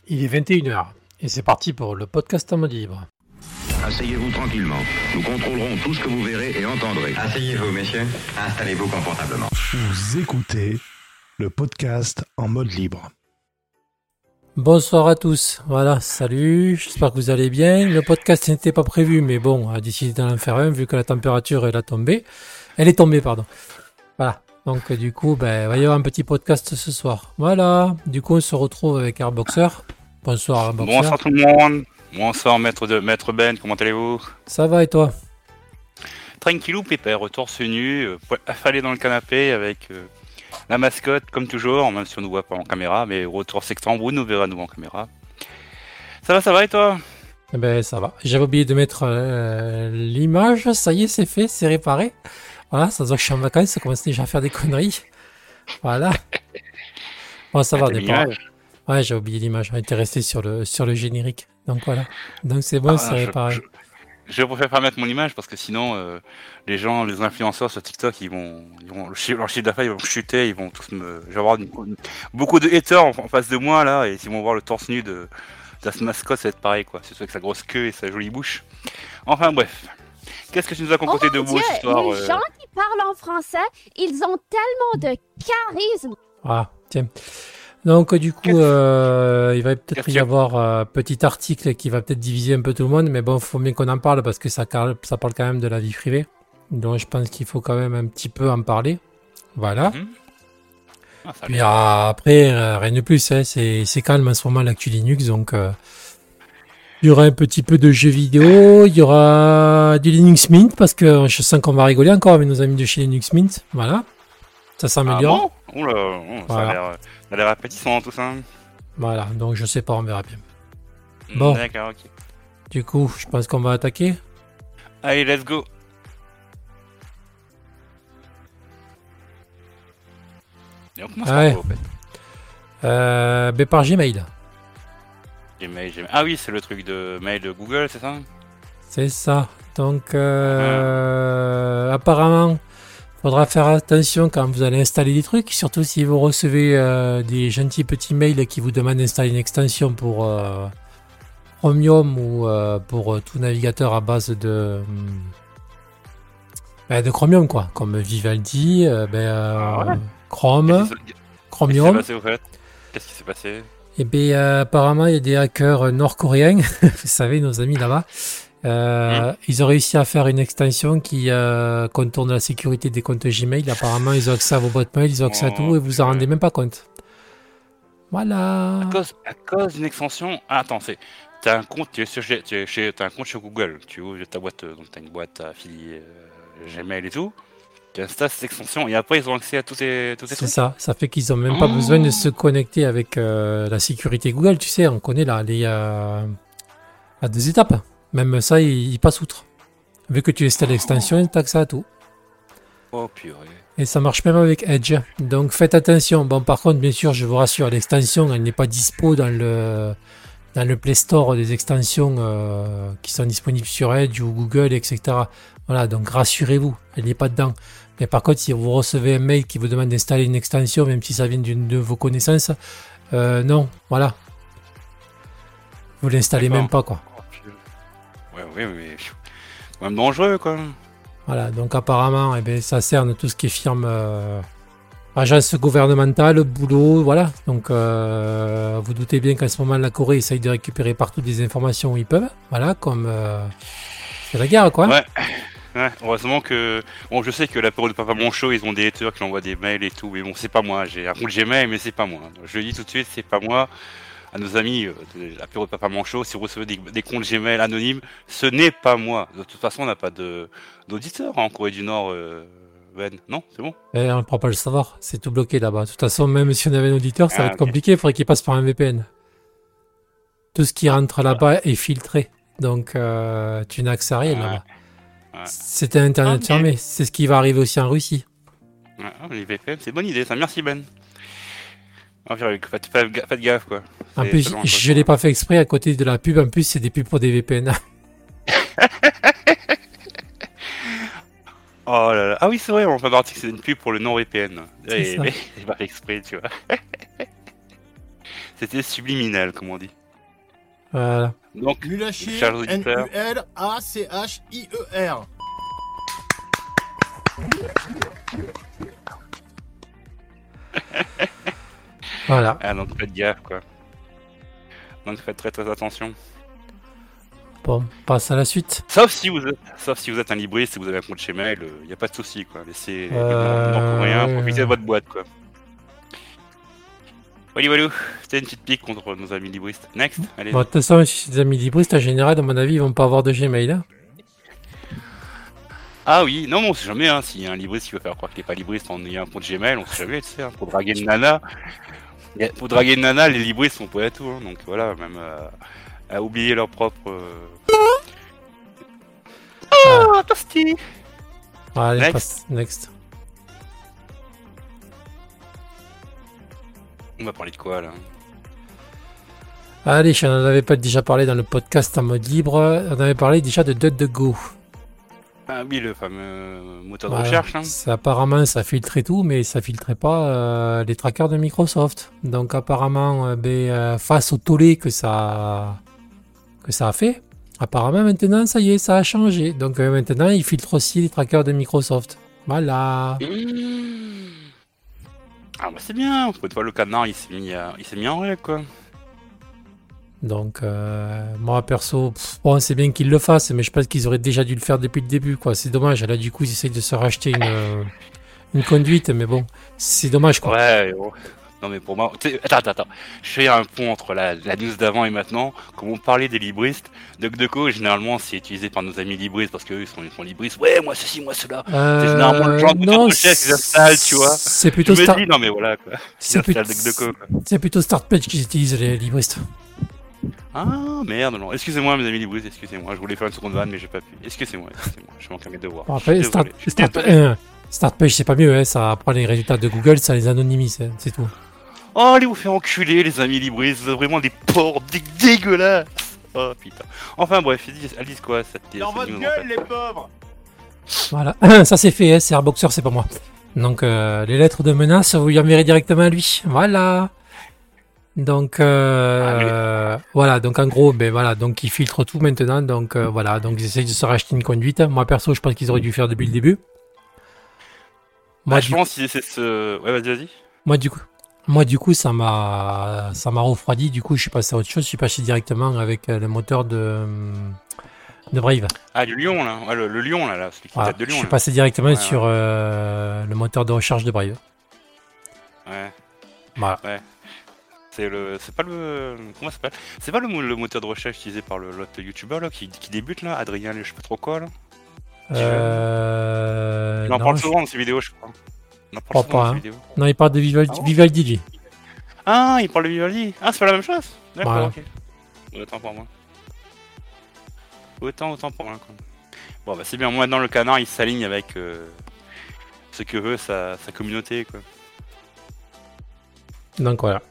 Il est 21h et c'est parti pour le podcast en mode libre. Asseyez-vous tranquillement. Nous contrôlerons tout ce que vous verrez et entendrez. Asseyez-vous, messieurs. Installez-vous confortablement. Vous écoutez le podcast en mode libre. Bonsoir à tous. Voilà, salut. J'espère que vous allez bien. Le podcast n'était pas prévu, mais bon, on a décidé d'en faire un vu que la température elle est tombée. Voilà. Donc du coup, il va y avoir un petit podcast ce soir. Voilà. Du coup, on se retrouve avec Airboxer. Bonsoir Airboxer. Bonsoir tout le monde. Bonsoir Maître Ben, comment allez-vous? Ça va et toi? Tranquillou pépère, torse nu, affalé dans le canapé avec la mascotte comme toujours, même si on ne nous voit pas en caméra, mais au retour septembre, vous nous verrez nous en caméra. Ça va et toi? Eh ben ça va. J'avais oublié de mettre l'image, ça y est, c'est fait, c'est réparé. Voilà, ça se voit que je suis en vacances, ça commence déjà à faire des conneries. Voilà. Bon, ça va, on est pas. Ouais, j'ai oublié l'image, on était resté sur le générique. Donc voilà. Donc c'est bon, c'est réparé. Je préfère pas mettre mon image parce que sinon, les gens, les influenceurs sur TikTok, leur chiffre d'affaires, ils vont chuter, ils vont tous je vais avoir beaucoup de haters en face de moi là, et s'ils vont voir le torse nu de la mascotte, ça va être pareil quoi. C'est avec sa grosse queue et sa jolie bouche. Enfin bref. Qu'est-ce que tu nous as concocté de beau ce soir? Les gens qui parlent en français, ils ont tellement de charisme. Ah, tiens. Donc du coup, il va peut-être y avoir un petit article qui va peut-être diviser un peu tout le monde, mais bon, il faut bien qu'on en parle parce que ça parle quand même de la vie privée. Donc je pense qu'il faut quand même un petit peu en parler. Voilà. Puis après, rien de plus, hein, c'est calme en ce moment l'actu Linux, donc il y aura un petit peu de jeux vidéo, il y aura du Linux Mint, parce que je sens qu'on va rigoler encore avec nos amis de chez Linux Mint. Voilà. Ça s'améliore. Ah bon? Voilà. Ça a l'air appétissant tout ça. Voilà, donc je sais pas, on verra bien. Bon. D'accord, ok. Du coup, je pense qu'on va attaquer. Allez, let's go. Et on commence par quoi, en fait? Par Gmail. Gmail. Ah oui, c'est le truc de mail de Google, c'est ça? C'est ça. Donc, apparemment, faudra faire attention quand vous allez installer des trucs, surtout si vous recevez des gentils petits mails qui vous demandent d'installer une extension pour Chromium ou pour tout navigateur à base de Chromium, quoi, comme Vivaldi, Chrome, Chromium. Qu'est-ce qui s'est passé? Et bien, apparemment, il y a des hackers nord-coréens, vous savez, nos amis là-bas. Ils ont réussi à faire une extension qui contourne la sécurité des comptes Gmail. Apparemment, ils ont accès à vos boîtes mail, ils ont accès à tout et vous en rendez même pas compte. Voilà. À cause d'une extension. Ah, attends, t'as un compte, t'as un compte chez Google. Tu ouvres ta boîte, donc t'as une boîte affiliée Gmail et tout. Tu installes cette extension et après ils ont accès à tous ces trucs. C'est ça. Ça fait qu'ils ont même pas besoin de se connecter avec la sécurité Google. Tu sais, on connaît là à 2 étapes. Même ça, il passe outre. Vu que tu installes l'extension, tu as accès à tout. Oh purée. Et ça marche même avec Edge. Donc faites attention. Bon, par contre, bien sûr, je vous rassure, l'extension, elle n'est pas dispo dans le Play Store des extensions qui sont disponibles sur Edge ou Google, etc. Voilà, donc rassurez-vous, elle n'est pas dedans. Mais par contre, si vous recevez un mail qui vous demande d'installer une extension, même si ça vient d'une de vos connaissances, non, voilà. Vous l'installez même pas, quoi. Oui, mais quand même dangereux, quoi. Voilà, donc apparemment, ça cerne tout ce qui est firme, agence gouvernementale, boulot, voilà. Donc, vous doutez bien qu'en ce moment, la Corée essaye de récupérer partout des informations où ils peuvent. Voilà, comme c'est la guerre, quoi. Ouais, heureusement que... Bon, je sais que l'apéro de Papa Monchot, ils ont des haters qui envoient des mails et tout, mais bon, c'est pas moi. J'ai un compte Gmail, mais c'est pas moi. Je le dis tout de suite, c'est pas moi. À nos amis de l'apéro de Papa Manchot, si vous recevez des comptes Gmail anonymes, ce n'est pas moi. De toute façon, on n'a pas d'auditeurs en Corée du Nord, Ben. Non, c'est bon? On ne pourra pas le savoir, c'est tout bloqué là-bas. De toute façon, même si on avait un auditeur, ça va être compliqué, il faudrait qu'il passe par un VPN. Tout ce qui rentre là-bas est filtré, donc tu n'as accès à rien là-bas. C'était Internet fermé, c'est ce qui va arriver aussi en Russie. Les VPN, c'est une bonne idée, ça. Merci Ben. Faites gaffe, quoi. En plus, je l'ai pas fait exprès, à côté de la pub, en plus, c'est des pubs pour des VPN. Oh là là. Ah oui, c'est vrai, on fait partie que c'est une pub pour le non-VPN. Mais j'ai pas fait exprès, tu vois. C'était subliminal, comme on dit. Voilà. Donc, Nul à chier, chers auditeurs. Nulachir. Voilà. Ah, donc faites gaffe, quoi. Donc faites très très attention. Bon, passe à la suite. Sauf si vous êtes un libriste et vous avez un compte chez Mail, il n'y a pas de souci, quoi. Laissez les noms pour rien, profitez de votre boîte, quoi. Voilà, c'était une petite pique contre nos amis libristes. Next, allez. Bon, de toute façon, si c'est des amis libristes, en général, à mon avis, ils vont pas avoir de Gmail. Hein. Ah oui, non, mais on sait jamais, hein, s'il y a un libriste qui veut faire croire qu'il n'est pas libriste en ayant un compte Gmail, on sait jamais, tu sais, hein, pour draguer une nana. Pour draguer une nana, les libristes sont pas à tout, hein, donc voilà, même à oublier leur propre... Oh, toasty. Allez, Next. passe. Next. On va parler de quoi, là? Allez, je n'en avais pas déjà parlé dans le podcast en mode libre. On avait parlé déjà de DuckDuckGo. Ah oui, le fameux moteur de Voilà. recherche, hein. Apparemment, ça filtrait tout, mais ça filtrait pas les trackers de Microsoft. Donc, apparemment, face au tollé que ça a fait, apparemment, maintenant, ça y est, ça a changé. Donc, maintenant, il filtre aussi les trackers de Microsoft. Voilà. Ah bah c'est bien, cette fois le canard il s'est mis en règle, quoi. Donc, moi, perso, bon, c'est bien qu'ils le fassent, mais je pense qu'ils auraient déjà dû le faire depuis le début, quoi. C'est dommage. Là, du coup, ils essayent de se racheter une conduite, mais bon, c'est dommage, quoi. Ouais, oh. Non mais pour moi, attends, je fais un pont entre la news d'avant et maintenant. Comme on parlait des libristes, DuckDuckGo généralement c'est utilisé par nos amis libristes parce qu'eux ils sont libristes. Ouais, moi ceci, moi cela. C'est généralement le genre de non, moteur de recherche qu'ils installent, tu vois. C'est plutôt Je me dis, non mais voilà quoi. c'est Ils installent DuckDuckGo, quoi. C'est plutôt StartPage qu'ils utilisent, les libristes. Ah merde, non. Excusez-moi mes amis libristes, excusez-moi. Je voulais faire une seconde vanne mais j'ai pas pu. Excusez-moi. Je manque à mes devoirs. Bon, après, Je suis désolé. StartPage, c'est pas mieux, hein. Ça prend les résultats de Google, ça les anonymise, hein. C'est tout. Oh, allez vous faire enculer, les amis libristes, vous êtes vraiment des porcs dégueulasses. Oh putain. Enfin bref, elles disent quoi cette Dans votre news, en gueule, fait. les pauvres. Voilà, ça c'est fait, hein. C'est Airboxer, c'est pas moi. Donc, les lettres de menace, vous y enverrez directement à lui. Voilà. Donc, voilà. Donc, en gros, voilà. Donc, ils filtrent tout maintenant. Donc, voilà. Donc, ils essayent de se racheter une conduite. Moi, perso, je pense qu'ils auraient dû faire depuis le début. Moi, je pense qu'ils essaient de se... Ouais, vas-y. Moi, du coup, ça m'a refroidi. Du coup, je suis passé à autre chose. Je suis passé directement avec le moteur de Brave. Ah, du lion, là. Ouais, le lion, là. Celui qui Voilà. date de lion, Je suis là. passé directement Ouais, sur le moteur de recherche de Brave. Ouais. Voilà. C'est pas le... Comment ça s'appelle? C'est pas le moteur de recherche utilisé par l'autre youtubeur, là, qui débute, là. Adrien, je sais pas trop quoi, là. Il en non, parle souvent dans ses vidéos, je crois. Il en parle crois souvent pas, dans hein. ses vidéos. Non, il parle de Vivaldi, Ah bon Vivaldi, lui. Ah, il parle de Vivaldi. Ah, c'est pas la même chose. D'accord, Voilà. ok. Autant pour moi. Autant pour moi, quoi. Bon, bah c'est bien. Moi, maintenant, le canard, il s'aligne avec ce que veut sa communauté, quoi. Donc, voilà.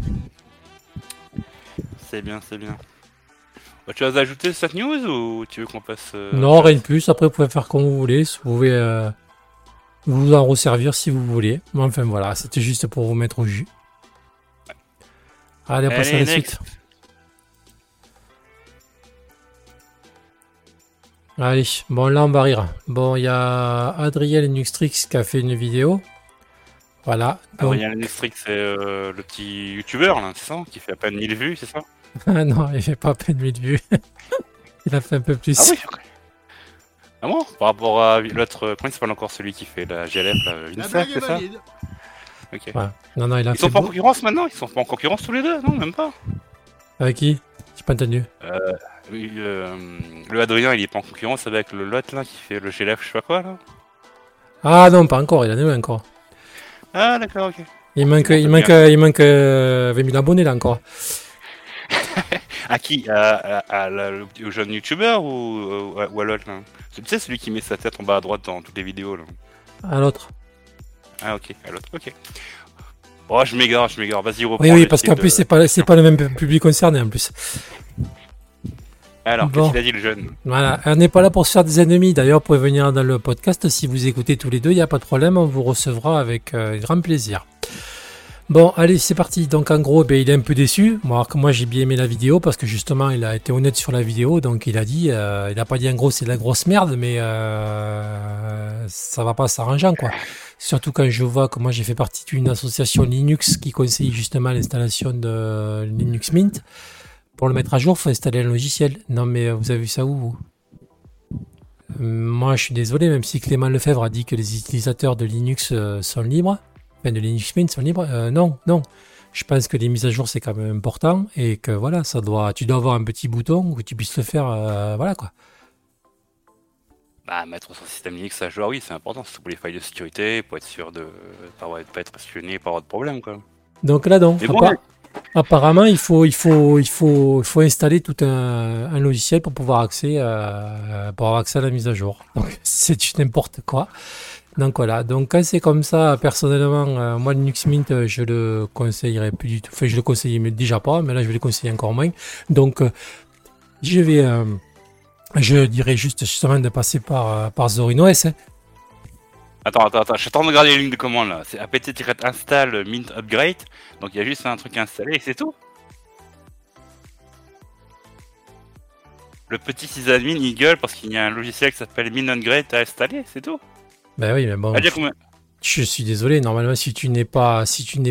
C'est bien. Bah, tu as ajouté cette news ou tu veux qu'on passe Non, rien de plus. Après, vous pouvez faire comme vous voulez. Vous pouvez vous en resservir si vous voulez. Mais enfin, voilà. C'était juste pour vous mettre au jus. Allez, on passe à la next. suite. Allez, bon, là, on va rire. Bon, il y a Adriel Nuxtrix qui a fait une vidéo. Voilà. Donc... Adrien Lestrix, c'est le petit youtubeur, là, c'est ça? Qui fait à peine 1000 vues, c'est ça? Ah non, il fait pas à peine 1000 vues. Il a fait un peu plus. Ah oui, ok. Ah bon? Par rapport à l'autre, comment il s'appelle encore celui qui fait la GLF, là, La Vincent, blague est c'est ça? valide. Ok. Ouais. Non, il a Ils fait sont pas en beau- concurrence maintenant? Ils sont pas en concurrence tous les deux? Non, même pas. Avec qui? J'ai pas entendu. Oui, le Adrien, il est pas en concurrence avec le lot là qui fait le GLF, je sais pas quoi là. Ah non, pas encore. Il en est encore. Ah d'accord, ok. Il manque 20 000 abonnés là encore. À qui? Au jeune youtubeur ou à l'autre là? Tu sais, celui qui met sa tête en bas à droite dans toutes les vidéos là. À l'autre. Ah ok, à l'autre, ok. Oh, je m'égare, vas-y, reprends. Oui, le parce qu'en style plus, de- c'est pas le même public concerné en plus. Alors, Bon. qu'est-ce qu'il a dit le jeune? Voilà, on n'est pas là pour se faire des ennemis. D'ailleurs, vous pouvez venir dans le podcast si vous écoutez tous les deux, il n'y a pas de problème, on vous recevra avec grand plaisir. Bon, allez, c'est parti. Donc, en gros, il est un peu déçu. Moi, j'ai bien aimé la vidéo parce que justement, il a été honnête sur la vidéo. Donc, il a dit, il a pas dit en gros, c'est de la grosse merde, mais ça va pas s'arranger, quoi. Surtout quand je vois que moi, j'ai fait partie d'une association Linux qui conseille justement l'installation de Linux Mint. Pour le mettre à jour, il faut installer un logiciel. Non, mais vous avez vu ça où, vous? Moi, je suis désolé, même si Clément Lefebvre a dit que les utilisateurs de Linux sont libres, de Linux Mint sont libres. Non. Je pense que les mises à jour, c'est quand même important et que voilà, tu dois avoir un petit bouton où tu puisses le faire, voilà quoi. Bah, mettre son système Linux à jour, oui, c'est important. C'est pour les failles de sécurité, pour être sûr de pas être espionné, pas avoir de problème, quoi. Donc là, donc, apparemment, il faut installer tout un logiciel pour avoir accès à la mise à jour. Donc, c'est n'importe quoi. Donc voilà, donc quand c'est comme ça, personnellement, moi Linux Mint, je le conseillerais plus du tout. Enfin, je le conseillais mais déjà pas, mais là je vais le conseiller encore moins. Donc je dirais justement de passer par ZorinOS. Hein. Attends, je suis en train de regarder les lignes de commande là. C'est apt-install mint upgrade. Donc il y a juste un truc à installer et c'est tout. Le petit sysadmin il gueule parce qu'il y a un logiciel qui s'appelle mint upgrade à installer, c'est tout. Ben oui, mais bon. Je suis désolé. Normalement, si tu n'es pas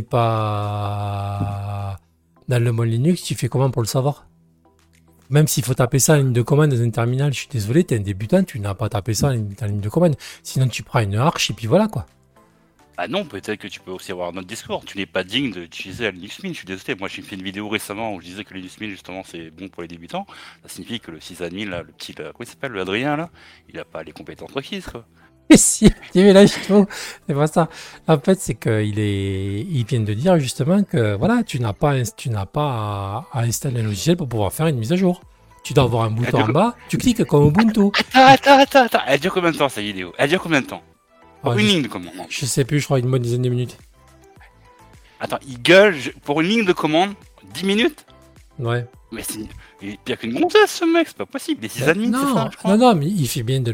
dans le monde Linux, tu fais comment pour le savoir? Même s'il faut taper ça en ligne de commande dans un terminal, je suis désolé, t'es un débutant, tu n'as pas tapé ça en ligne de commande. Sinon, tu prends une arche et puis voilà quoi. Ah non, peut-être que tu peux aussi avoir un autre discours. Tu n'es pas digne d'utiliser la Linux Mint. Je suis désolé. Moi, j'ai fait une vidéo récemment où je disais que le Linux Mint, justement, c'est bon pour les débutants. Ça signifie que le sysadmin, là, le petit, comment il s'appelle, le Adrien, là, il n'a pas les compétences requises, quoi. Et si, mais là, justement, c'est pas ça. En fait, c'est il vient de dire justement que voilà, tu n'as pas à installer un logiciel pour pouvoir faire une mise à jour. Tu dois avoir un bouton en bas, tu cliques comme Ubuntu. Attends. Elle dure combien de temps cette vidéo? Elle dure combien de temps? Pour une ligne de commande. Je sais plus, je crois une bonne dizaine de minutes. Attends, il gueule pour une ligne de commande 10 minutes? Ouais. Mais il est pire qu'une gonzesse ce mec, c'est pas possible. Les sysadmins, c'est ça, je crois. Non, mais il fait bien de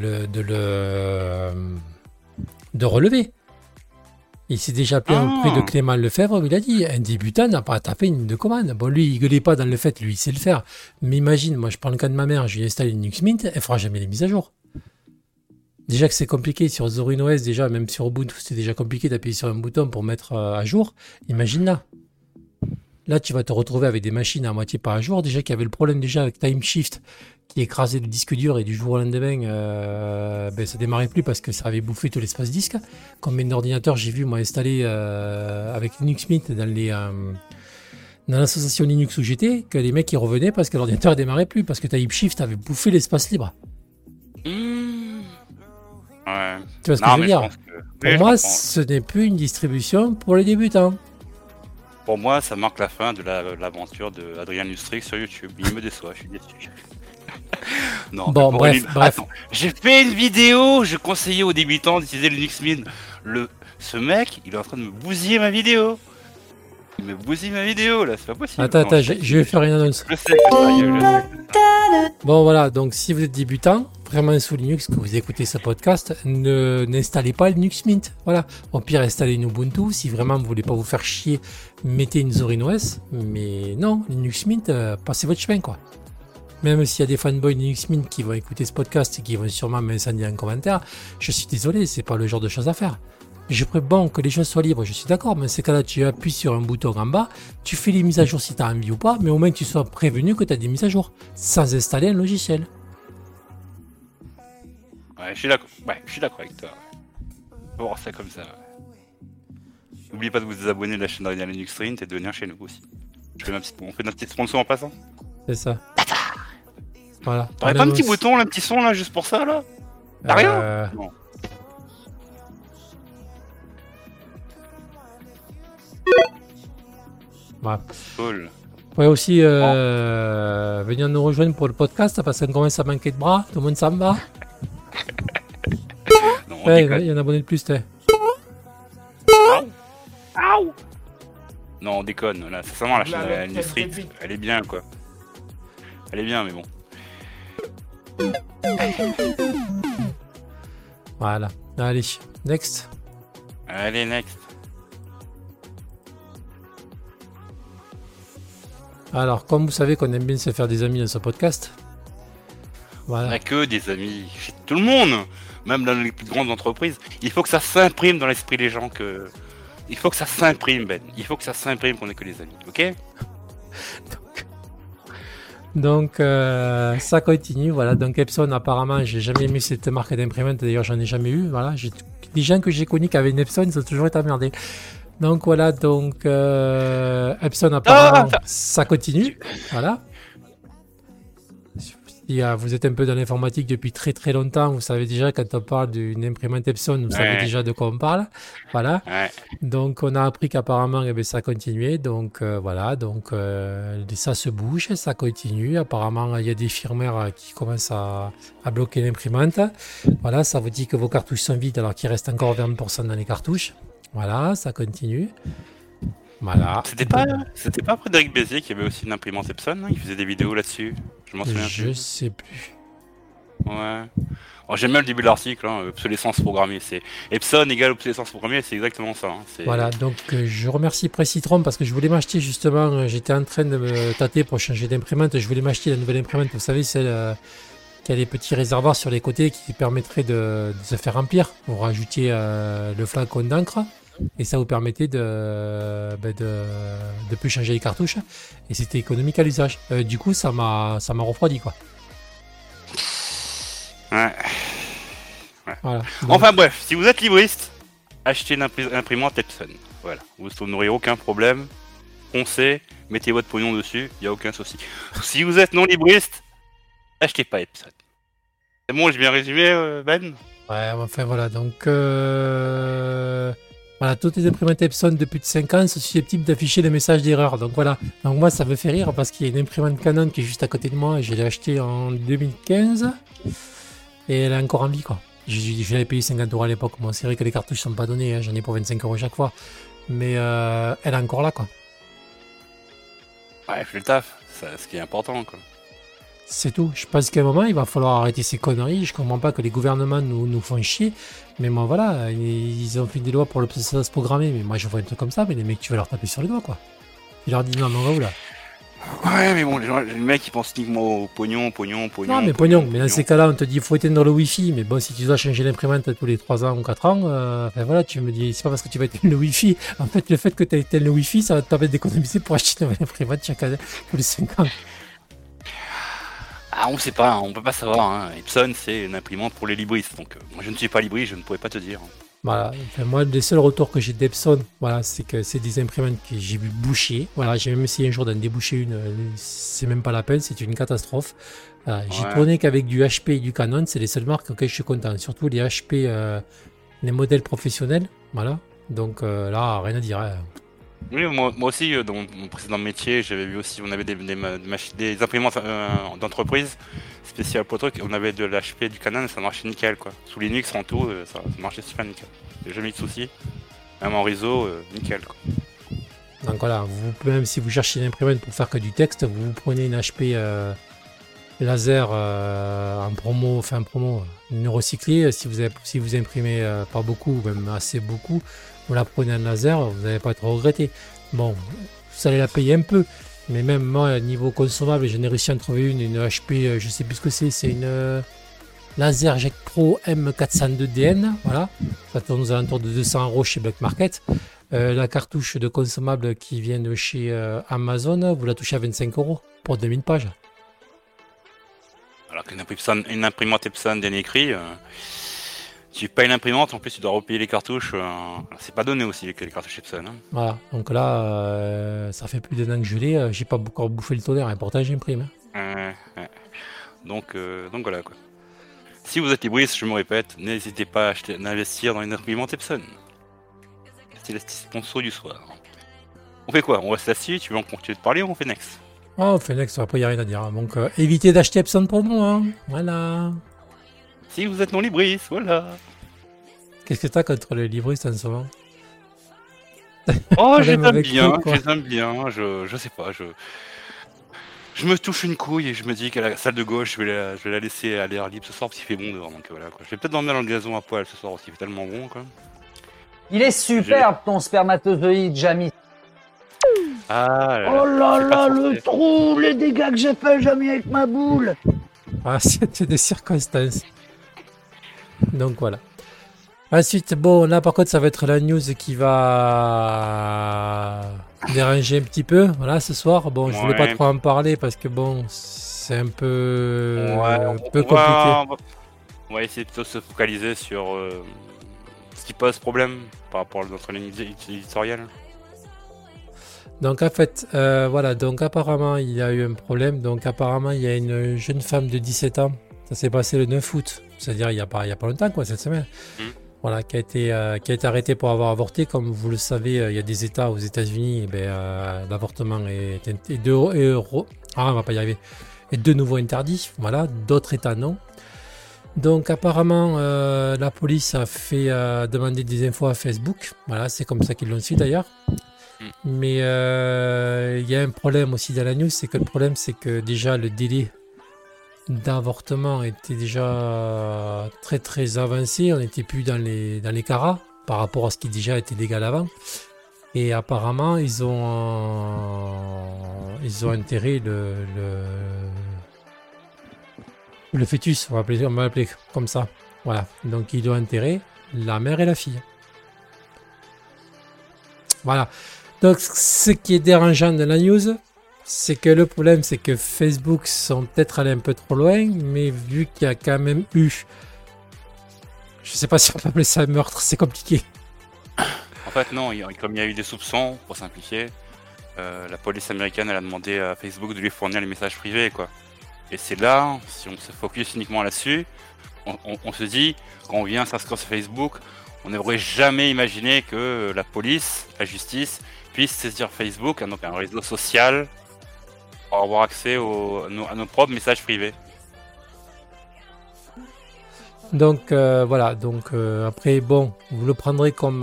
relever. Il s'est déjà plaint auprès de Clément Lefebvre, il a dit, un débutant n'a pas à taper une ligne de commande. Bon, lui, il gueulait pas dans le fait, lui, il sait le faire. Mais imagine, moi, je prends le cas de ma mère, je lui installe une Linux Mint, elle fera jamais les mises à jour. Déjà que c'est compliqué sur ZorinOS, déjà, même sur Ubuntu, c'est déjà compliqué d'appuyer sur un bouton pour mettre à jour. Imagine là. Là, tu vas te retrouver avec des machines à moitié pas à jour. Déjà qu'il y avait le problème déjà avec TimeShift qui écrasait le disque dur et du jour au lendemain, ça démarrait plus parce que ça avait bouffé tout l'espace disque. Comme un ordinateur, j'ai vu moi installé avec Linux Mint dans l'association Linux où j'étais, que les mecs ils revenaient parce que l'ordinateur ne démarrait plus parce que TimeShift avait bouffé l'espace libre. Ouais. Tu vois ce que je veux dire? Pour moi, ce n'est plus une distribution pour les débutants. Pour moi, ça marque la fin de l'aventure de Adrien Lustrix sur YouTube. Il me déçoit, je suis déçu. Non, bon, bref. Attends, j'ai fait une vidéo, je conseillais aux débutants d'utiliser le Linux Mint. Ce mec, il est en train de me bousiller ma vidéo. Il me bousille ma vidéo, là, c'est pas possible. Attends, je vais faire une annonce. Je sais que ça. Bon, voilà, donc si vous êtes débutant, vraiment sous Linux, que vous écoutez ce podcast, n'installez pas Linux Mint. Voilà. Au pire, installez une Ubuntu. Si vraiment vous voulez pas vous faire chier, mettez une ZorinOS. Mais non, Linux Mint, passez votre chemin, quoi. Même s'il y a des fanboys Linux Mint qui vont écouter ce podcast et qui vont sûrement m'incendier en commentaire, je suis désolé, c'est pas le genre de choses à faire. Je ferais bon que les choses soient libres, je suis d'accord, mais dans ces cas-là, tu appuies sur un bouton en bas, tu fais les mises à jour si tu as envie ou pas, mais au moins que tu sois prévenu que tu as des mises à jour, sans installer un logiciel. Ouais, je suis d'accord avec toi. On va voir ça comme ça. N'oubliez pas de vous désabonner de la chaîne d'Adrien Linux Stream et de venir chez nous aussi. On fait notre petite sponsor en passant. C'est ça. Voilà. T'aurais pas un petit bouton, un petit son là, juste pour ça là? T'as rien? Non. Ouais. Cool. Vous pouvez aussi venir nous rejoindre pour le podcast parce qu'on commence à manquer de bras, tout le monde s'en va. Non, il y en a abonné de plus, t'es. Non, on déconne, là, c'est vraiment la chaîne de Street, elle est bien quoi. Elle est bien, mais bon. Voilà, allez, next. Allez, next. Alors, comme vous savez qu'on aime bien se faire des amis dans ce podcast, On voilà. n'a que des amis chez tout le monde, même dans les plus grandes entreprises. Il faut que ça s'imprime dans l'esprit des gens que. Il faut que ça s'imprime, Ben. Il faut que ça s'imprime qu'on est que des amis, ok? Donc, ça continue. Voilà. Donc, Epson, apparemment, j'ai jamais aimé cette marque d'imprimante. D'ailleurs, j'en ai jamais eu. Voilà. Les gens que j'ai connus qui avaient une Epson, ils ont toujours été emmerdés. Donc, voilà. Donc, Epson, apparemment, ça continue. Voilà. Si vous êtes un peu dans l'informatique depuis très très longtemps, vous savez déjà quand on parle d'une imprimante Epson, vous savez déjà de quoi on parle. Voilà. Ouais. Donc on a appris qu'apparemment ça continuait. Donc voilà. Donc ça se bouge, ça continue. Apparemment il y a des firmware qui commencent à bloquer l'imprimante. Voilà, ça vous dit que vos cartouches sont vides alors qu'il reste encore 20% dans les cartouches. Voilà, ça continue. Voilà. C'était pas Frédéric Bézier qui avait aussi une imprimante Epson, hein, il faisait des vidéos là-dessus. Je m'en souviens Je plus. sais plus. Ouais. Alors, j'aime bien le début de l'article, hein, obsolescence programmée. C'est Epson égale obsolescence programmée, c'est exactement ça. Hein, Voilà, donc je remercie Précitron parce que je voulais m'acheter justement, j'étais en train de me tâter pour changer d'imprimante, je voulais m'acheter la nouvelle imprimante, vous savez, celle qui a des petits réservoirs sur les côtés qui permettraient de se faire remplir. Vous rajoutiez le flacon d'encre et ça vous permettait de plus changer les cartouches et c'était économique à l'usage. Du coup, ça m'a refroidi quoi. Ouais. Voilà. Donc, Enfin bref, si vous êtes libriste, achetez une imprimante Epson. Voilà, vous n'aurez aucun problème. Foncez, mettez votre pognon dessus, il n'y a aucun souci. Si vous êtes non libriste, achetez pas Epson. C'est bon, j'ai bien résumé, Ben? ouais, enfin voilà, donc voilà, toutes les imprimantes Epson de plus de 5 ans sont susceptibles d'afficher les messages d'erreur. Donc voilà, donc moi ça me fait rire parce qu'il y a une imprimante Canon qui est juste à côté de moi, je l'ai achetée en 2015 et elle est encore en vie quoi. Je l'avais payé 50 € à l'époque, bon c'est vrai que les cartouches sont pas données, hein, j'en ai pour 25 € chaque fois, mais elle est encore là quoi. Ouais, fais le taf, c'est ce qui est important quoi. C'est tout. Je pense qu'à un moment, il va falloir arrêter ces conneries. Je comprends pas que les gouvernements nous font chier. Mais moi, voilà, ils ont fait des lois pour l'obsolescence programmée. Mais moi, je vois un truc comme ça. Mais les mecs, tu vas leur taper sur les doigts, quoi. Tu leur dis non, mais on va où là? Ouais, mais bon, les mecs, ils pensent uniquement au pognon. Non, mais pognon. Mais dans ces cas-là, on te dit il faut éteindre le Wi-Fi. Mais bon, si tu dois changer l'imprimante tous les 3 ans ou 4 ans, enfin voilà, tu me dis, c'est pas parce que tu vas éteindre le Wi-Fi. En fait, le fait que tu éteignes le Wi-Fi, ça va te permettre d'économiser pour acheter une nouvelle imprimante chaque année, tous les 5 ans. Ah, on sait pas, hein, on peut pas savoir. Hein. Epson, c'est une imprimante pour les libristes. Donc, moi, je ne suis pas libriste, je ne pourrais pas te dire. Voilà, enfin, moi, les seuls retours que j'ai d'Epson, voilà, c'est que c'est des imprimantes que j'ai vu boucher. Voilà, j'ai même essayé un jour d'en déboucher une, c'est même pas la peine, c'est une catastrophe. Voilà, j'ai tourné qu'avec du HP et du Canon, c'est les seules marques auxquelles je suis content. Surtout les HP, les modèles professionnels, voilà. Donc là, rien à dire. Hein. Oui, moi aussi, dans mon précédent métier, j'avais vu aussi, on avait des imprimantes d'entreprise spéciales pour trucs, on avait de l'HP, du Canon, et ça marchait nickel, quoi. Sous Linux, en tout, ça marchait super nickel. J'ai jamais eu de soucis. Même en réseau, nickel, quoi. Donc voilà, même si vous cherchez une imprimante pour faire que du texte, vous prenez une HP laser en promo, une recyclée. Si vous imprimez pas beaucoup, même assez beaucoup, vous la prenez en laser, vous n'allez pas être regretté. Bon, vous allez la payer un peu, mais même moi, niveau consommable, j'en ai réussi à en trouver une HP, je sais plus ce que c'est une LaserJet Pro M402DN, voilà, ça tourne aux alentours de 200 € chez Black Market. La cartouche de consommable qui vient de chez Amazon, vous la touchez à 25 € pour 2000 pages. Alors qu'une imprimante Epson dernier cri, tu payes l'imprimante, en plus tu dois repayer les cartouches. C'est pas donné aussi les cartouches Epson. Hein. Voilà, donc là, ça fait plus d'un an que je l'ai, j'ai pas encore bouffé le tonnerre, et pourtant j'imprime. Hein. Donc voilà quoi. Si vous êtes libriste, je me répète, n'hésitez pas à investir dans une imprimante Epson. C'est le sponsor du soir. On fait quoi? On reste assis, tu veux en continuer de parler ou on fait next? Oh, on fait next, après il n'y a rien à dire. Hein. Donc évitez d'acheter Epson pour moi, hein. Voilà. Si vous êtes non libriste, voilà. Qu'est-ce que t'as contre les libristes en ce moment? Oh, je les aime bien, je sais pas, je me touche une couille et je me dis qu'à la salle de gauche, je vais la laisser à l'air libre ce soir parce qu'il fait bon dehors, donc voilà quoi. Je vais peut-être dormir dans le gazon à poil ce soir parce qu'il fait tellement bon quoi. Il est superbe ton spermatozoïde, Jamie. Ah là là. Oh là C'est pas là, le censé. trou, les dégâts que j'ai fait, j'ai mis avec ma boule. Ah, c'était des circonstances. Donc voilà. Ensuite, bon, là par contre, ça va être la news qui va déranger un petit peu. Voilà, ce soir. Bon, je voulais pas Ouais. trop en parler parce que bon, c'est un peu, peu on compliqué. on va essayer plutôt de se focaliser sur ce qui pose problème par rapport à notre ligne éditoriale. Donc en fait, voilà, donc apparemment il y a eu un problème. Donc apparemment il y a une jeune femme de 17 ans. Ça s'est passé le 9 août, c'est-à-dire il y a pas longtemps quoi, cette semaine. Voilà, qui a été arrêtée pour avoir avorté. Comme vous le savez, il y a des États aux États-Unis, l'avortement est on va pas y arriver. Est de nouveau interdit. Voilà, d'autres États non. Donc apparemment la police a fait demander des infos à Facebook. Voilà, c'est comme ça qu'ils l'ont su d'ailleurs. Mais il y a un problème aussi dans la news, c'est que le problème c'est que déjà le délai d'avortement était déjà très très avancé, on n'était plus dans les caras par rapport à ce qui déjà était légal avant. Et apparemment ils ont enterré le fœtus, on va l'appeler comme ça. Voilà, donc ils doivent enterrer la mère et la fille. Voilà. Donc, ce qui est dérangeant dans la news, c'est que le problème, c'est que Facebook sont peut-être allés un peu trop loin, mais vu qu'il y a quand même eu, je sais pas si on peut appeler ça un meurtre, c'est compliqué. En fait, non, comme il y a eu des soupçons, pour simplifier, la police américaine elle a demandé à Facebook de lui fournir les messages privés, quoi. Et c'est là, si on se focus uniquement là-dessus, on se dit, quand on vient s'inscrire sur Facebook, on n'aurait jamais imaginé que la police, la justice, puisse saisir Facebook, donc un réseau social, pour avoir accès à nos propres messages privés. Donc voilà, donc après bon, vous le prendrez comme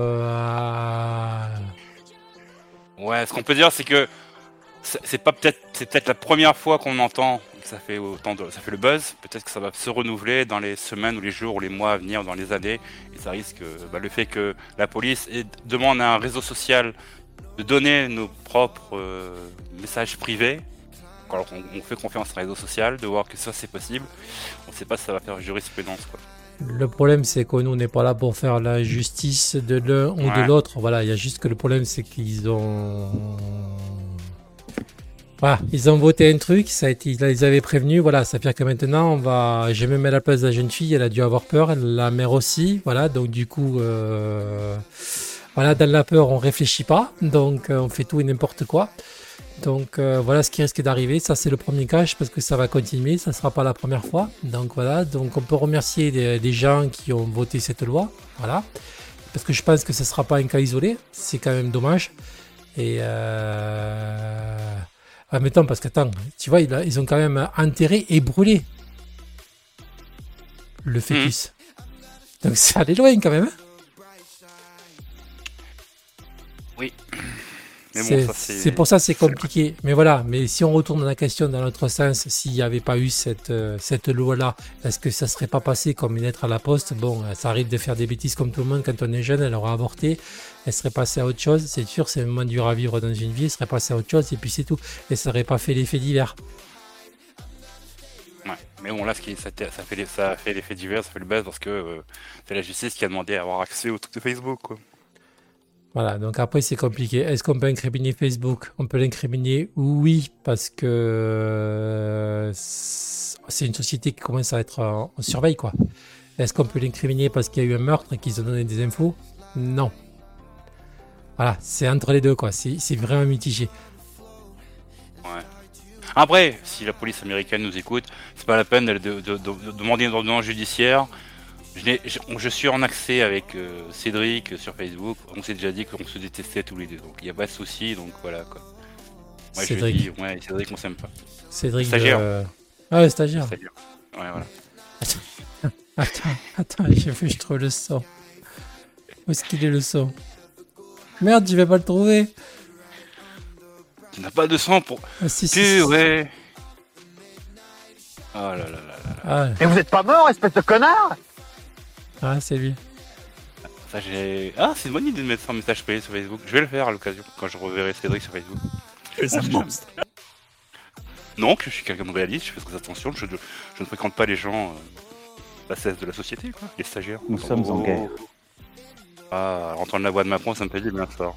Ouais, ce qu'on peut dire, c'est que c'est peut-être la première fois qu'on entend que ça fait le buzz. Peut-être que ça va se renouveler dans les semaines ou les jours ou les mois à venir, dans les années. Et ça risque, le fait que la police demande à un réseau social de donner nos propres messages privés. Alors on fait confiance à un réseau social, de voir que ça c'est possible. On ne sait pas si ça va faire jurisprudence, quoi. Le problème, c'est que nous, on n'est pas là pour faire la justice de l'un ou de l'autre. Voilà, il y a juste que le problème, c'est qu'ils ont... Voilà, ils ont voté un truc, ça a été, ils les avaient prévenus. Voilà, ça fait que maintenant, j'ai même à la place de la jeune fille, elle a dû avoir peur, la mère aussi. Voilà, donc du coup, voilà, dans la peur, on réfléchit pas. Donc, on fait tout et n'importe quoi. Donc voilà ce qui risque d'arriver, ça c'est le premier cas, parce que ça va continuer, ça ne sera pas la première fois. Donc voilà, donc on peut remercier des gens qui ont voté cette loi, voilà, parce que je pense que ce ne sera pas un cas isolé, c'est quand même dommage. Et admettons, parce que attends, tu vois, ils ont quand même enterré et brûlé le fœtus. Donc ça allait loin quand même. Oui. Mais bon, c'est pour ça que c'est compliqué. Mais voilà, mais si on retourne la question dans l'autre sens, s'il n'y avait pas eu cette loi-là, est-ce que ça ne serait pas passé comme une lettre à la poste? Bon, ça arrive de faire des bêtises comme tout le monde quand on est jeune, elle aura avorté, elle serait passée à autre chose. C'est sûr, c'est moins dur à vivre dans une vie, elle serait passée à autre chose et puis c'est tout. Et ça n'aurait pas fait l'effet divers. Ouais, mais bon, là, ça fait l'effet divers, ça fait le buzz parce que c'est la justice qui a demandé à avoir accès au truc de Facebook, quoi. Voilà, donc après c'est compliqué. Est-ce qu'on peut incriminer Facebook? On peut l'incriminer, oui, parce que c'est une société qui commence à être en surveille, quoi. Est-ce qu'on peut l'incriminer parce qu'il y a eu un meurtre et qu'ils ont donné des infos? Non. Voilà, c'est entre les deux, quoi. C'est vraiment mitigé. Ouais. Après, si la police américaine nous écoute, c'est pas la peine de demander une ordonnance judiciaire. Je suis en accès avec Cédric sur Facebook. On s'est déjà dit qu'on se détestait tous les deux, donc il n'y a pas de souci. Donc voilà, quoi. Moi, Cédric. Je dis, ouais, Cédric, on s'aime pas. Cédric. Stagiaire. Ah ouais, stagiaire. Ouais, voilà. Attends, je trouve le son. Où est-ce qu'il est le son? Merde, je vais pas le trouver. Tu n'as pas de son pour. Ah, si. Ouais. Oh là là là là. Ah, Et vous êtes pas mort, espèce de connard? ah c'est lui. Ça, Ah, c'est une bonne idée de mettre ça en message privé sur Facebook. Je vais le faire à l'occasion quand je reverrai Cédric sur Facebook. C'est un monstre. Non, que je suis quelqu'un de réaliste, je fais très attention, je ne fréquente pas les gens la cesse de la société, quoi, les stagiaires. Nous sommes en guerre. Ah, entendre la voix de Macron, ça me fait du bien fort.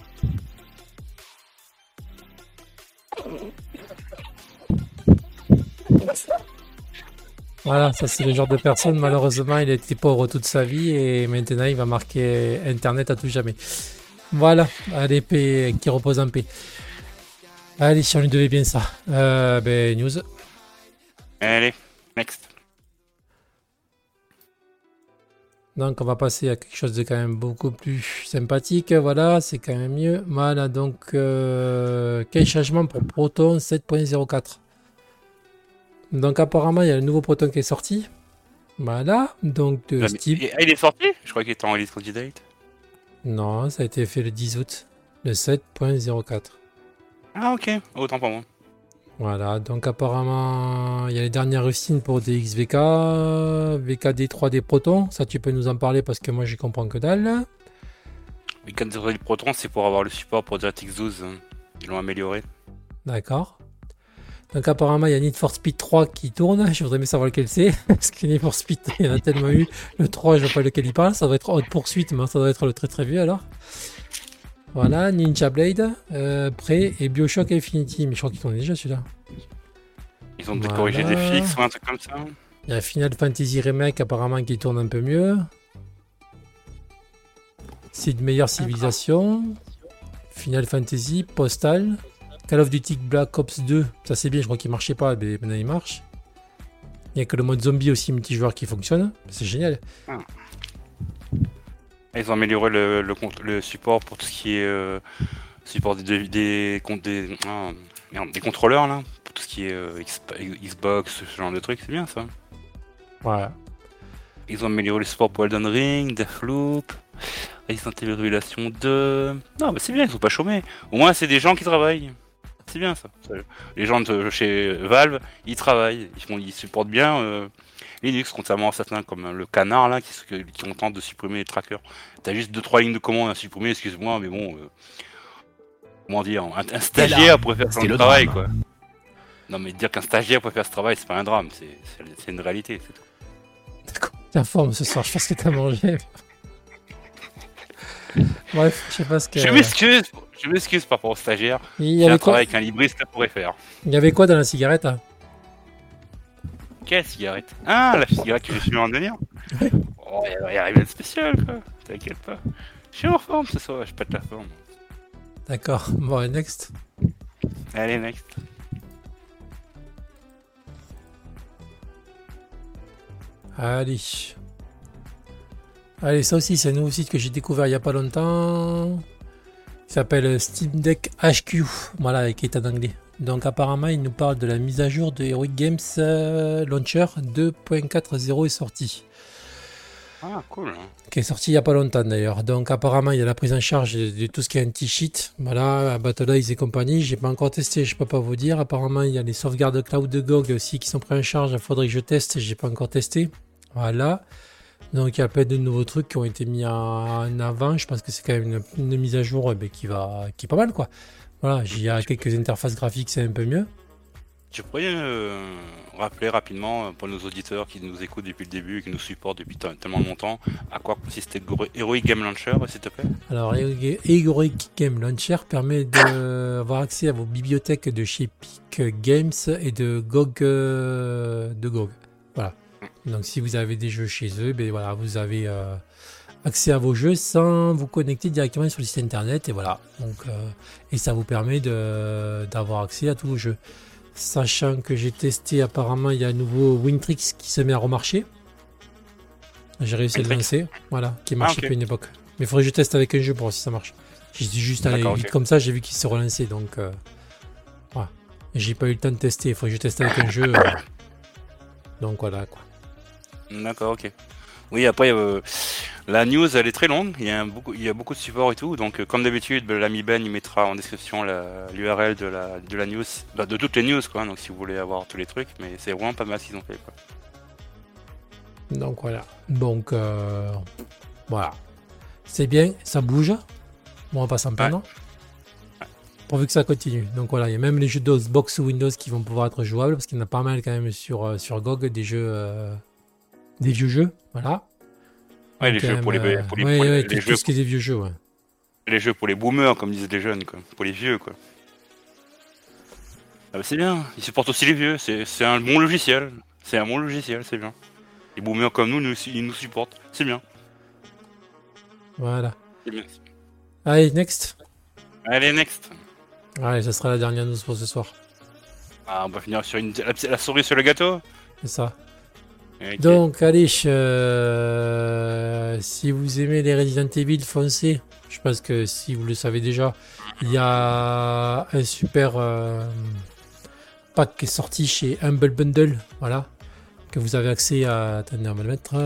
Voilà, ça c'est le genre de personne, malheureusement, il a été pauvre toute sa vie et maintenant il va marquer Internet à tout jamais. Voilà, allez, paix, qui repose en paix. Allez, si on lui devait bien ça. News. Allez, next. Donc on va passer à quelque chose de quand même beaucoup plus sympathique. Voilà, c'est quand même mieux. Voilà, donc quel changement pour Proton 7.04. Donc apparemment il y a le nouveau Proton qui est sorti. Voilà, donc de Steve. Il est sorti? Je crois qu'il était en release candidate. Non, ça a été fait le 10 août. Le 7.04. Ah ok, autant pour moi. Voilà, donc apparemment, il y a les dernières rustines pour DXVK, VKD 3D Proton, ça tu peux nous en parler parce que moi j'y comprends que dalle. VKD 3D Proton, c'est pour avoir le support pour DirectX 12, ils l'ont amélioré. D'accord. Donc apparemment, il y a Need for Speed 3 qui tourne, je voudrais bien savoir lequel c'est, parce que Need for Speed, il y en a tellement eu. Le 3, je vois pas lequel il parle, ça doit être Haute Poursuite, mais ça doit être le très très vieux alors. Voilà, Ninja Blade, Prey et Bioshock Infinity, mais je crois qu'ils tournent déjà celui-là. Ils ont corrigé des fixes ou un truc comme ça. Il y a Final Fantasy Remake apparemment qui tourne un peu mieux. C'est de meilleure civilisation. Final Fantasy, Postal, Call of Duty Black Ops 2, ça c'est bien, je crois qu'il marchait pas, mais maintenant il marche. Il n'y a que le mode zombie aussi multijoueur qui fonctionne, c'est génial. Ils ont amélioré le support pour tout ce qui est support des contrôleurs là, pour tout ce qui est Xbox, ce genre de trucs, c'est bien ça. Voilà. Ils ont amélioré le support pour Elden Ring, Deathloop, Resident Evil Revelation 2. Non, mais c'est bien, ils sont pas chômés. Au moins, c'est des gens qui travaillent. C'est bien ça. Les gens de chez Valve, ils travaillent, ils supportent bien Linux, contrairement à certains comme le canard là qui ont tenté de supprimer les trackers. T'as juste 2-3 lignes de commande à supprimer, excuse-moi, mais bon, comment dire, un stagiaire pourrait faire son travail quoi. Non mais dire qu'un stagiaire pourrait faire ce travail, c'est pas un drame, c'est une réalité, c'est tout. D'accord, t'es en forme ce soir, je pense que t'as mangé. Bref, je sais pas ce que... Je m'excuse par rapport au stagiaire. C'est un travail qu'un libriste pourrait faire. Il y avait quoi dans la cigarette là? Quelle cigarette? Ah, la cigarette que j'ai fumée en dernier. Oh, il va y arriver une spéciale quoi. T'inquiète pas. Je suis en forme ce soir, je pète la forme. D'accord, bon, next. Allez, next. Allez, ça aussi, c'est un nouveau site que j'ai découvert il n'y a pas longtemps. Il s'appelle Steam Deck HQ. Voilà, qui est en anglais. Donc, apparemment, il nous parle de la mise à jour de Heroic Games Launcher 2.40 est sorti. Ah, cool. Qui est sorti il n'y a pas longtemps d'ailleurs. Donc, apparemment, il y a la prise en charge de tout ce qui est anti-cheat. Voilà, Battle Eyes et compagnie. J'ai pas encore testé, je peux pas vous dire. Apparemment, il y a les sauvegardes cloud de GOG aussi qui sont pris en charge. Il faudrait que je teste, j'ai pas encore testé. Voilà. Donc il y a plein de nouveaux trucs qui ont été mis en avant. Je pense que c'est quand même une mise à jour qui est pas mal quoi. Voilà, il y a quelques interfaces graphiques, c'est un peu mieux. Tu pourrais rappeler rapidement pour nos auditeurs qui nous écoutent depuis le début et qui nous supportent depuis tellement longtemps, à quoi consiste Heroic Game Launcher, s'il te plaît? Alors Heroic Game Launcher permet d'avoir accès à vos bibliothèques de chez Epic Games et de GOG. Voilà. Donc si vous avez des jeux chez eux, ben voilà, vous avez accès à vos jeux sans vous connecter directement sur le site internet et voilà. Donc et ça vous permet d'avoir accès à tous vos jeux. Sachant que j'ai testé, apparemment il y a un nouveau Wintrix qui se met à remarcher. J'ai réussi à le lancer, voilà, qui marchait depuis une époque. Mais il faudrait que je teste avec un jeu pour voir si ça marche. J'ai juste allé vite comme ça, j'ai vu qu'il se relançait, donc voilà. J'ai pas eu le temps de tester, il faudrait que je teste avec un jeu. Donc voilà quoi. D'accord, ok. Oui, après, la news elle est très longue, il y a beaucoup de support et tout, donc comme d'habitude, l'ami Ben il mettra en description l'URL de la news, de toutes les news quoi, donc si vous voulez avoir tous les trucs, mais c'est vraiment pas mal ce qu'ils ont fait quoi. Donc voilà. Donc voilà. c'est bien, ça bouge. Bon, on va pas s'en plaindre. Pourvu que ça continue. Donc voilà, il y a même les jeux d'Xbox ou Windows qui vont pouvoir être jouables parce qu'il y en a pas mal quand même sur GOG, des vieux jeux. Voilà. Ouais, les jeux pour les jeux. Tout ce qui est des vieux jeux, ouais. Les jeux pour les boomers, comme disent les jeunes, quoi. Pour les vieux, quoi. Ah bah c'est bien, ils supportent aussi les vieux, c'est un bon logiciel. C'est un bon logiciel, c'est bien. Les boomers comme nous, ils nous supportent, c'est bien. Voilà. C'est bien. Allez, next. Allez, next. Allez, ça sera la dernière news pour ce soir. Ah, on va finir sur la souris sur le gâteau. C'est ça. Okay. Donc, allez, si vous aimez les Resident Evil, foncez. Je pense que si vous le savez déjà, il y a un super pack qui est sorti chez Humble Bundle, voilà, que vous avez accès à... Attendez, on va le mettre.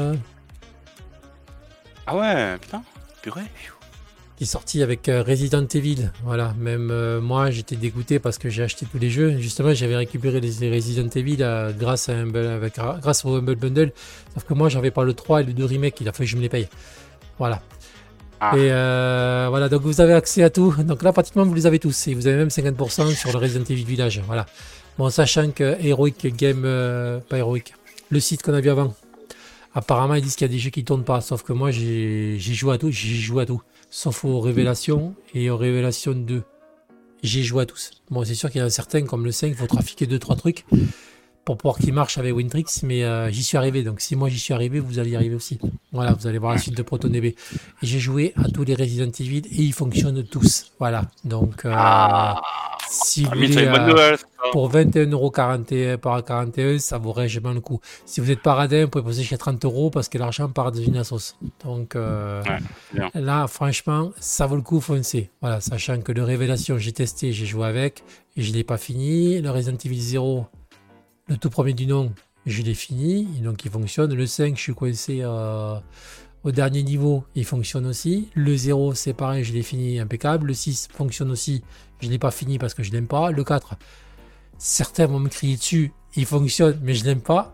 Ah ouais, putain, purée. Qui est sorti avec Resident Evil, voilà. Même moi, j'étais dégoûté parce que j'ai acheté tous les jeux. Justement, j'avais récupéré les Resident Evil grâce au Humble Bundle. Sauf que moi, j'avais pas le 3 et le 2 remake. Il a fallu que je me les paye. Voilà. Ah. Et voilà, donc vous avez accès à tout. Donc là, pratiquement, vous les avez tous. Et vous avez même 50% sur le Resident Evil Village. Voilà. Bon, sachant que Heroic Game... pas Heroic. Le site qu'on a vu avant. Apparemment, ils disent qu'il y a des jeux qui tournent pas. Sauf que moi, j'ai joué à tout. Sauf aux Révélations et aux Révélations 2. J'ai joué à tous. Bon, c'est sûr qu'il y en a certains, comme le 5, il faut trafiquer 2-3 trucs pour pouvoir qu'ils marchent avec Wintrix, mais j'y suis arrivé. Donc si moi j'y suis arrivé, vous allez y arriver aussi. Voilà, vous allez voir la suite de ProtonDB. Et j'ai joué à tous les Resident Evil et ils fonctionnent tous. Voilà, donc si vous voulez, pour 21,41 par 41, ça vaut réellement le coup. Si vous n'êtes pas radin, vous pouvez poser jusqu'à 30€ parce que l'argent part de une sauce. Donc là, franchement, ça vaut le coup, foncez. Voilà, sachant que le Révélation, j'ai testé, j'ai joué avec et je ne l'ai pas fini. Le Resident Evil 0, le tout premier du nom, je l'ai fini, et donc il fonctionne. Le 5, je suis coincé au dernier niveau, il fonctionne aussi. Le 0, c'est pareil, je l'ai fini, impeccable. Le 6 fonctionne aussi, je ne l'ai pas fini parce que je l'aime pas. Le 4, certains vont me crier dessus, il fonctionne, mais je l'aime pas.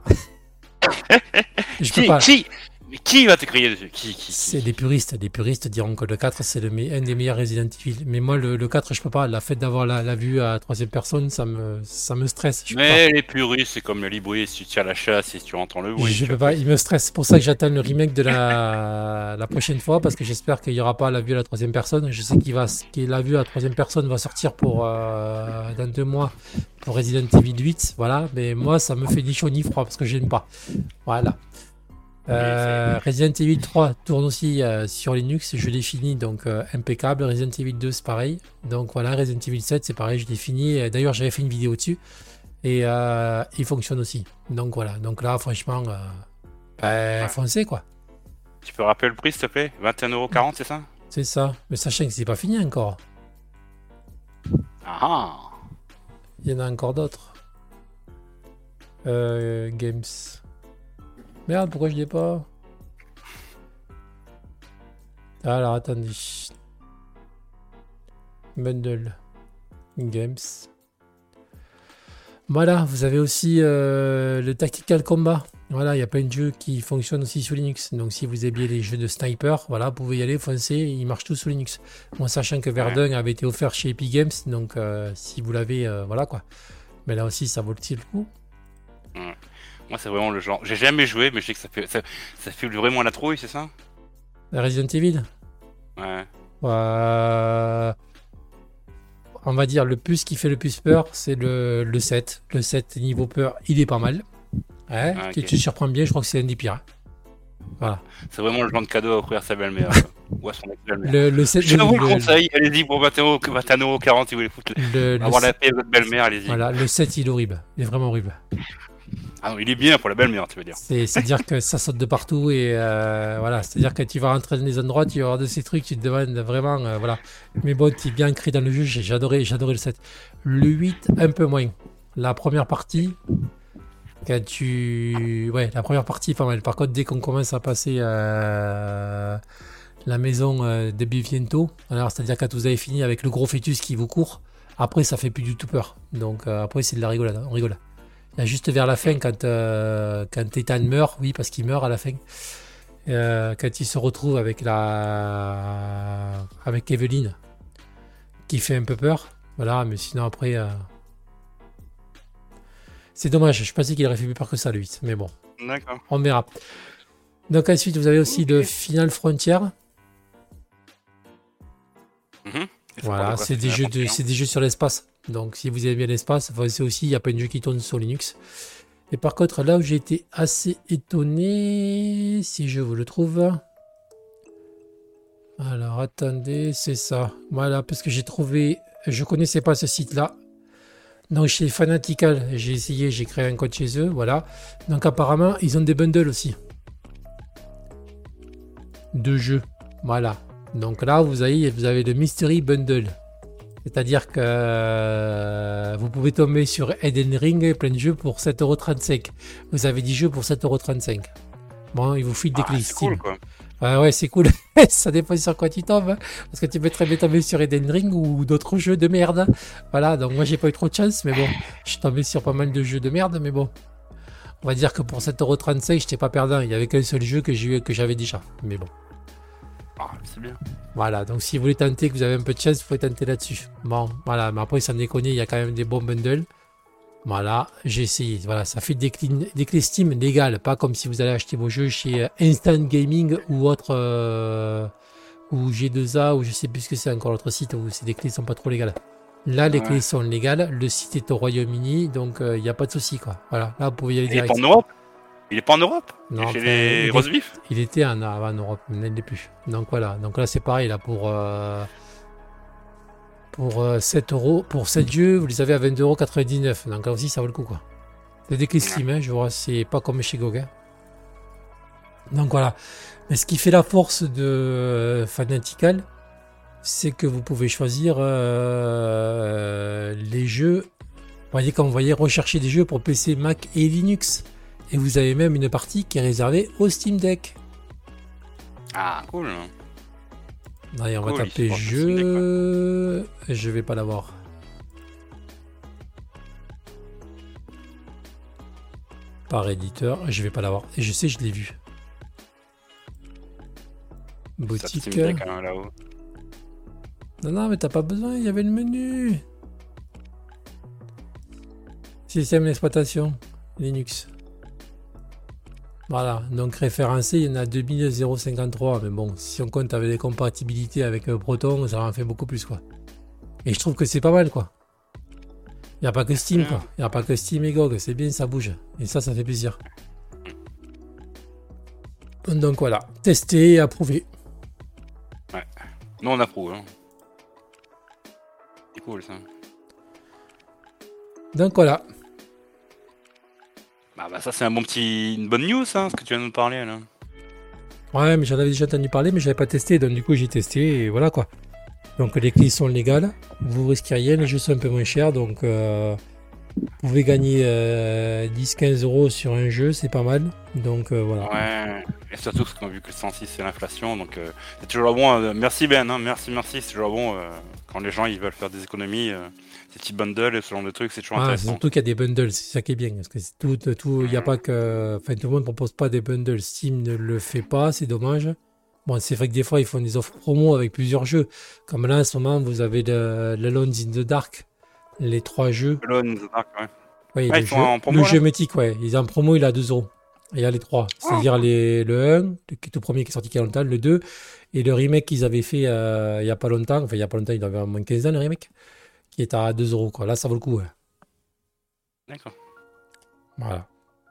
Qui va te crier dessus? Qui C'est des puristes. Les puristes diront que le 4, c'est un des meilleurs Resident Evil. Mais moi, le 4, je peux pas. La fait d'avoir la vue à troisième personne, ça me stresse. Mais les puristes, c'est comme le libri, si tu tires la chasse et si tu entends le bruit. Je peux pas, il me stresse. C'est pour ça que j'attends le remake de la prochaine fois, parce que j'espère qu'il n'y aura pas la vue à la troisième personne. Je sais que la vue à la troisième personne va sortir dans 2 mois pour Resident Evil 8. Voilà. Mais moi, ça me fait ni chaud ni froid, parce que je n'aime pas. Voilà. Resident Evil 3 tourne aussi sur Linux, je l'ai fini, donc impeccable. Resident Evil 2 c'est pareil, donc voilà. Resident Evil 7 c'est pareil, je l'ai fini, d'ailleurs j'avais fait une vidéo dessus et il fonctionne aussi, donc voilà. Donc là franchement foncez quoi. Tu peux rappeler le prix s'il te plaît? 21,40€, c'est ça? C'est ça, mais sachant que c'est pas fini encore. Ah, il y en a encore d'autres. Games. Merde, pourquoi je l'ai pas? Alors, attendez. Bundle. Games. Voilà, vous avez aussi le Tactical Combat. Voilà, il y a plein de jeux qui fonctionnent aussi sous Linux. Donc, si vous aimez les jeux de sniper, voilà, vous pouvez y aller, foncer, ils marchent tous sous Linux. Bon, sachant que Verdun avait été offert chez Epic Games, donc si vous l'avez, voilà quoi. Mais là aussi, ça vaut le coup. Ouais. Moi, c'est vraiment le genre. J'ai jamais joué, mais je sais que ça fait vraiment la trouille, c'est ça? Resident Evil? Ouais. On va dire le plus qui fait le plus peur, c'est le 7. Le 7 niveau peur, il est pas mal. Ouais, okay. Tu te surprends bien, je crois que c'est un des pires. Voilà. C'est vraiment le genre de cadeau à offrir à sa belle-mère. Ou à son ex-belle-mère. Le 7, je vous le conseille, allez-y pour 21,40€ si vous voulez foutre. Avoir la paix à votre belle-mère, allez-y. Voilà, le 7 il est horrible. Il est vraiment horrible. Ah non, il est bien pour la belle-mère, tu veux dire. C'est-à-dire que ça saute de partout et voilà. C'est-à-dire que tu vas rentrer dans les endroits, tu vas avoir de ces trucs, tu te demandes vraiment, voilà. Mais bon, tu es bien ancré dans le jeu, j'ai adoré le 7. Le 8, un peu moins. La première partie, la première partie, pas mal. Par contre, dès qu'on commence à passer la maison de Biviento, alors c'est-à-dire quand vous avez fini avec le gros fœtus qui vous court, après ça fait plus du tout peur. Donc après c'est de la rigolade, on rigole. Il y a juste vers la fin quand Ethan meurt, oui parce qu'il meurt à la fin. quand il se retrouve avec Evelyne, qui fait un peu peur. Voilà, mais sinon après, c'est dommage. Je pensais qu'il aurait fait plus peur que ça, le 8. Mais bon, D'accord. on verra. Donc ensuite, vous avez aussi le Final Frontier. Voilà, c'est des jeux sur l'espace. Donc si vous aimez bien l'espace, c'est aussi, il y a plein de jeux qui tournent sur Linux. Et par contre, là où j'ai été assez étonné, si je vous le trouve. Alors attendez, c'est ça. Voilà, parce que j'ai trouvé, je connaissais pas ce site-là. Donc chez Fanatical, j'ai essayé, j'ai créé un compte chez eux, voilà. Donc apparemment, ils ont des bundles aussi. De jeux, voilà. Donc là, vous avez le Mystery Bundle. C'est-à-dire que vous pouvez tomber sur Elden Ring, plein de jeux pour 7,35€. Vous avez 10 jeux pour 7,35€. Bon, il vous file des clés Steam. Cool, quoi. Ouais, c'est cool. Ça dépend sur quoi tu tombes. Hein. Parce que tu peux très bien tomber sur Elden Ring ou d'autres jeux de merde. Voilà, donc moi j'ai pas eu trop de chance, mais bon, je suis tombé sur pas mal de jeux de merde, mais bon. On va dire que pour 7,35€, j'étais pas perdant. Il y avait qu'un seul jeu que j'avais déjà. Mais bon. Ah, c'est bien. Voilà, donc si vous voulez tenter, que vous avez un peu de chance, vous pouvez tenter là-dessus. Bon, voilà, mais après, sans me déconner, il y a quand même des bons bundles. Voilà, j'ai essayé. Voilà, ça fait des clés Steam légales, pas comme si vous allez acheter vos jeux chez Instant Gaming ou autre, ou G2A, ou je sais plus ce que c'est encore l'autre site où c'est des clés qui sont pas trop légales. Là, les clés sont légales, le site est au Royaume-Uni, donc il n'y a pas de souci, quoi. Voilà, là, vous pouvez y aller direct. Il est pas en Europe? Il est pas en Europe? Non, chez les Rosebif? Il était en Europe, mais il n'est plus. Donc voilà, donc là c'est pareil, là pour 7€, pour 7 jeux, vous les avez à 20,99€. Donc là aussi ça vaut le coup, quoi. C'est des clés Steam, hein, je vois, c'est pas comme chez GOG. Hein. Donc voilà. Mais ce qui fait la force de Fanatical, c'est que vous pouvez choisir les jeux. Vous voyez, quand vous voyez rechercher des jeux pour PC, Mac et Linux. Et vous avez même une partie qui est réservée au Steam Deck. Ah, cool. Allez, on va taper jeu. Je vais pas l'avoir. Par éditeur, je vais pas l'avoir. Et je sais, je l'ai vu. Boutique. Deck, hein, là-haut. Non, mais t'as pas besoin, il y avait le menu. Système d'exploitation, Linux. Voilà, donc référencé, il y en a 2053, mais bon, si on compte avec les compatibilités avec Proton, ça en fait beaucoup plus, quoi. Et je trouve que c'est pas mal, quoi. Il n'y a pas que Steam, quoi. Il n'y a pas que Steam et GOG, c'est bien, ça bouge. Et ça fait plaisir. Donc voilà, testé et approuvé. Ouais, nous on approuve, hein. C'est cool, ça. Donc voilà. Bah ça c'est une bonne news, hein, ce que tu viens de nous parler là. Ouais, mais j'en avais déjà entendu parler, mais j'avais pas testé, donc du coup j'ai testé et voilà, quoi. Donc les clés sont légales, vous risquez rien, les jeux sont un peu moins chers, donc vous pouvez gagner 10-15€ sur un jeu, c'est pas mal. Donc voilà. Ouais, et surtout parce qu'on a vu que le 106 c'est l'inflation, donc c'est toujours bon. Merci Ben, hein, merci, c'est toujours bon quand les gens ils veulent faire des économies. Ces petits bundles et ce genre de trucs, c'est toujours intéressant. Surtout qu'il y a des bundles, c'est ça qui est bien, parce que c'est tout, il n'y a pas que, enfin tout le monde ne propose pas des bundles. Steam ne le fait pas, c'est dommage. Bon, c'est vrai que des fois ils font des offres promo avec plusieurs jeux, comme là en ce moment vous avez Alone in the Dark, les 3 jeux. Alone in the Dark, ouais. Oui, ils sont en promo, le jeu mythique, ouais, ils en promo, il est à 2€. Il y a les 3, c'est-à-dire le 1, le tout premier qui est sorti il y a longtemps, le 2, et le remake qu'ils avaient fait il n'y a pas longtemps, enfin il n'y a pas longtemps, il avait au moins 15 ans le remake. Qui est à 2€, quoi. Là, ça vaut le coup. Ouais. D'accord. Voilà.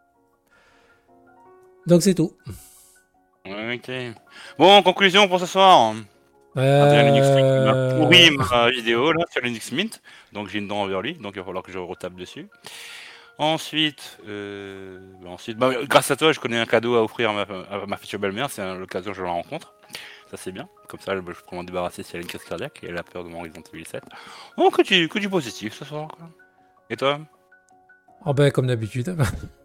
Donc, c'est tout. Ok. Bon, conclusion pour ce soir. Adrien Linux Mint m'a pourri ma vidéo là, sur Linux Mint. Donc, j'ai une dent envers lui. Donc, il va falloir que je retape dessus. Ensuite, grâce à toi, je connais un cadeau à offrir à ma future belle-mère. C'est l'occasion que je la rencontre. Ça c'est bien, comme ça je peux m'en débarrasser si elle a une crise cardiaque et elle a peur de mon Resident Evil 7. Oh, que du positif ce soir, quoi. Et toi? Oh ben comme d'habitude.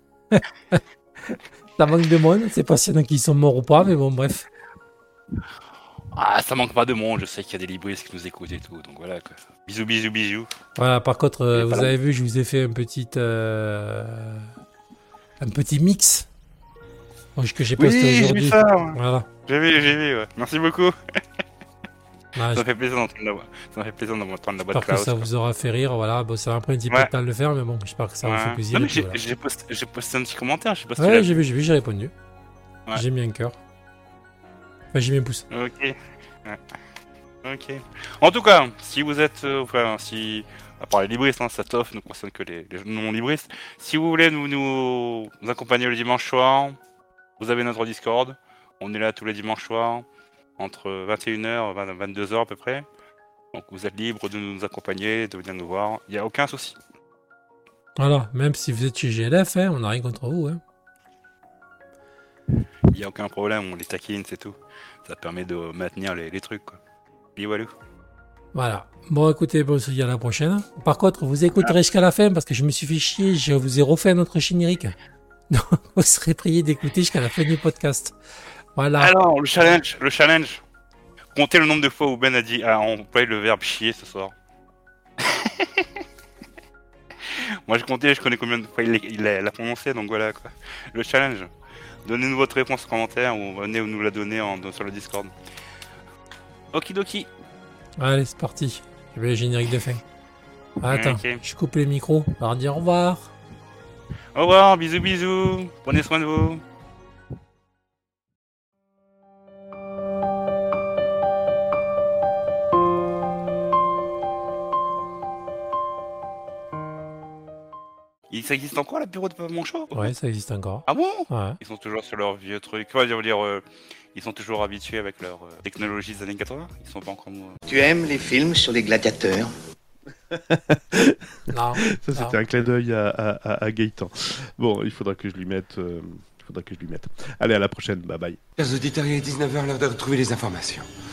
Ça manque de monde, c'est pas s'il y en a qui sont morts ou pas, mais bon bref. Ah, ça manque pas de monde, je sais qu'il y a des libristes qui nous écoutent et tout, donc voilà quoi. Bisous. Voilà, par contre, vous avez vu, je vous ai fait un petit mix. que j'ai posté Oui, j'ai aujourd'hui. vu ça. Ouais. Voilà. J'ai vu, ouais. Merci beaucoup. Ouais, Ça m'a fait plaisir d'entendre la voix. Ça m'a fait plaisir d'entendre la voix de j'espère que Klaus. ça quoi. vous aura fait rire. Voilà, bon, ça m'a pris un petit peu Ouais. de temps de le faire, mais bon, j'espère que ça vous fait Ouais. plaisir. Non, et mais puis voilà. j'ai posté un petit commentaire, je sais pas si tu Ouais, l'as j'ai vu. vu, j'ai répondu. Ouais. J'ai mis un cœur. Enfin, j'ai mis un pouce. Ok. Ouais. Ok. En tout cas, si vous êtes, si à part les libristes, hein, cette offre ne concerne que les non-libristes. Si vous voulez nous accompagner le dimanche soir, vous avez notre Discord. On est là tous les dimanches soirs, entre 21h et 22h à peu près. Donc vous êtes libre de nous accompagner, de venir nous voir. Il n'y a aucun souci. Voilà, même si vous êtes chez GLF, hein, on n'a rien contre vous. Hein. Il n'y a aucun problème, on les taquine, c'est tout. Ça permet de maintenir les trucs, quoi. Walou. Voilà. Bon, écoutez, bon, on se dit à la prochaine. Par contre, vous écouterez jusqu'à la fin parce que je me suis fait chier. Je vous ai refait un autre générique. Donc, vous serez prié d'écouter jusqu'à la fin du podcast. Voilà. Alors, le challenge. Comptez le nombre de fois où Ben a employé le verbe chier ce soir. Moi, je connais combien de fois il l'a prononcé, donc voilà quoi. Le challenge. Donnez-nous votre réponse en commentaire ou venez nous la donner sur le Discord. Okidoki. Allez, c'est parti. Je vais le générique de fin. Attends, Ok. je coupe les micros. On va dire au revoir. Au revoir, bisous. Prenez soin de vous. Ça existe encore l'apéro de Papa Manchot? Ouais, ça existe encore. Ah bon? Ouais. Ils sont toujours sur leur vieux truc. Enfin, je veux dire, ils sont toujours habitués avec leur technologie des années 80. Ils sont pas encore. Tu aimes les films sur les gladiateurs? Non. Ça, c'était un clin d'œil à Gaëtan. Bon, il faudra que je lui mette. Allez, à la prochaine. Bye bye. Chers auditeurs, il est 19h, l'heure de retrouver les informations.